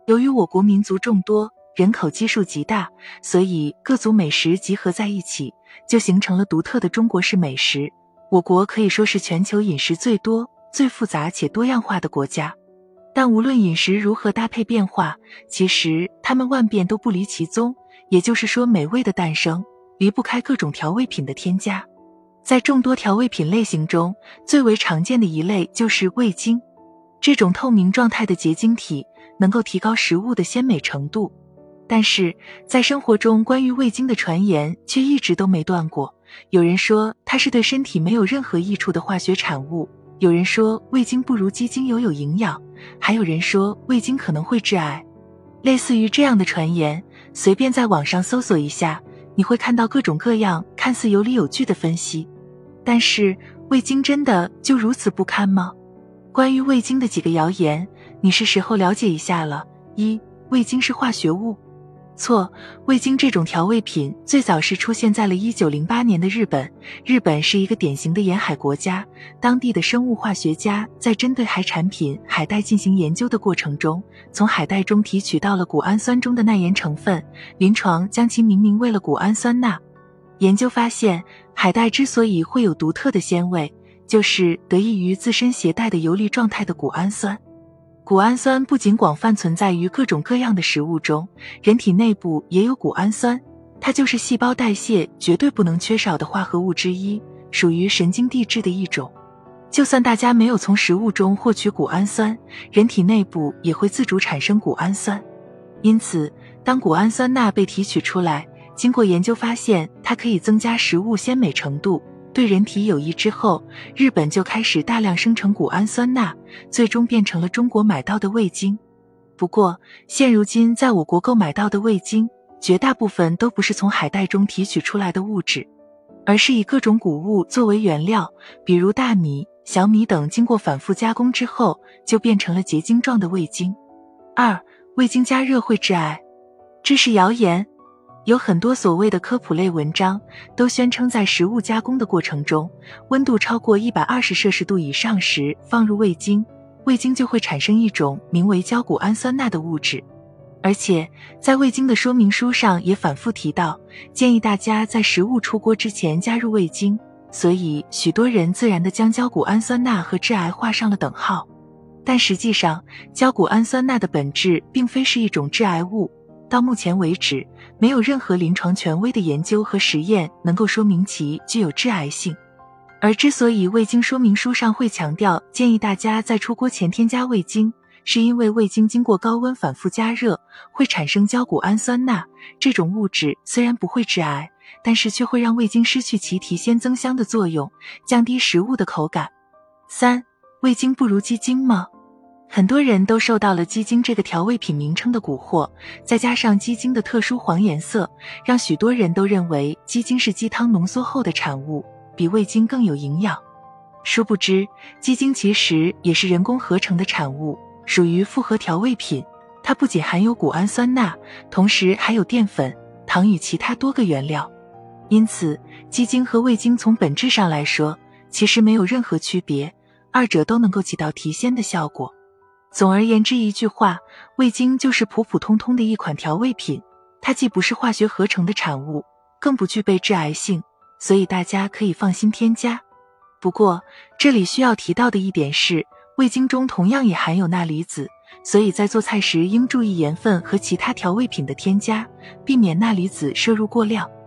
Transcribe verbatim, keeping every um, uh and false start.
由于我国民族众多，人口基数极大，所以各族美食集合在一起，就形成了独特的中国式美食。我国可以说是全球饮食最多、最复杂且多样化的国家。但无论饮食如何搭配变化，其实它们万变都不离其宗，也就是说美味的诞生离不开各种调味品的添加。在众多调味品类型中，最为常见的一类就是味精。这种透明状态的结晶体能够提高食物的鲜美程度，但是在生活中关于味精的传言却一直都没断过。有人说它是对身体没有任何益处的化学产物，有人说味精不如鸡精油有营养，还有人说味精可能会致癌。类似于这样的传言，随便在网上搜索一下，你会看到各种各样看似有理有据的分析。但是味精真的就如此不堪吗？关于味精的几个谣言，你是时候了解一下了。一、味精是化学物。错，味精这种调味品最早是出现在了一九零八年的日本。日本是一个典型的沿海国家，当地的生物化学家在针对海产品海带进行研究的过程中，从海带中提取到了谷氨酸中的耐盐成分，临床将其命名为了谷氨酸钠。研究发现，海带之所以会有独特的鲜味，就是得益于自身携带的游离状态的谷氨酸。谷氨酸不仅广泛存在于各种各样的食物中，人体内部也有谷氨酸，它就是细胞代谢绝对不能缺少的化合物之一，属于神经递质的一种。就算大家没有从食物中获取谷氨酸，人体内部也会自主产生谷氨酸。因此，当谷氨酸钠被提取出来，经过研究发现它可以增加食物鲜美程度，对人体有益之后，日本就开始大量生成谷氨酸钠，最终变成了中国买到的味精。不过，现如今在我国购买到的味精，绝大部分都不是从海带中提取出来的物质，而是以各种谷物作为原料，比如大米、小米等经过反复加工之后，就变成了结晶状的味精。二、味精加热会致癌。这是谣言。有很多所谓的科普类文章都宣称在食物加工的过程中，温度超过一百二十摄氏度以上时放入味精，味精就会产生一种名为焦谷氨酸钠的物质。而且在味精的说明书上也反复提到，建议大家在食物出锅之前加入味精，所以许多人自然地将焦谷氨酸钠和致癌画上了等号。但实际上，焦谷氨酸钠的本质并非是一种致癌物，到目前为止，没有任何临床权威的研究和实验能够说明其具有致癌性。而之所以味精说明书上会强调建议大家在出锅前添加味精，是因为味精经过高温反复加热，会产生焦谷氨酸钠，这种物质虽然不会致癌，但是却会让味精失去其提鲜增香的作用，降低食物的口感。三、味精不如鸡精吗？很多人都受到了鸡精这个调味品名称的蛊惑，再加上鸡精的特殊黄颜色，让许多人都认为鸡精是鸡汤浓缩后的产物，比味精更有营养。殊不知，鸡精其实也是人工合成的产物，属于复合调味品。它不仅含有谷氨酸钠，同时还有淀粉、糖与其他多个原料。因此，鸡精和味精从本质上来说，其实没有任何区别，二者都能够起到提鲜的效果。总而言之一句话，味精就是普普通通的一款调味品，它既不是化学合成的产物，更不具备致癌性，所以大家可以放心添加。不过，这里需要提到的一点是，味精中同样也含有钠离子，所以在做菜时应注意盐分和其他调味品的添加，避免钠离子摄入过量。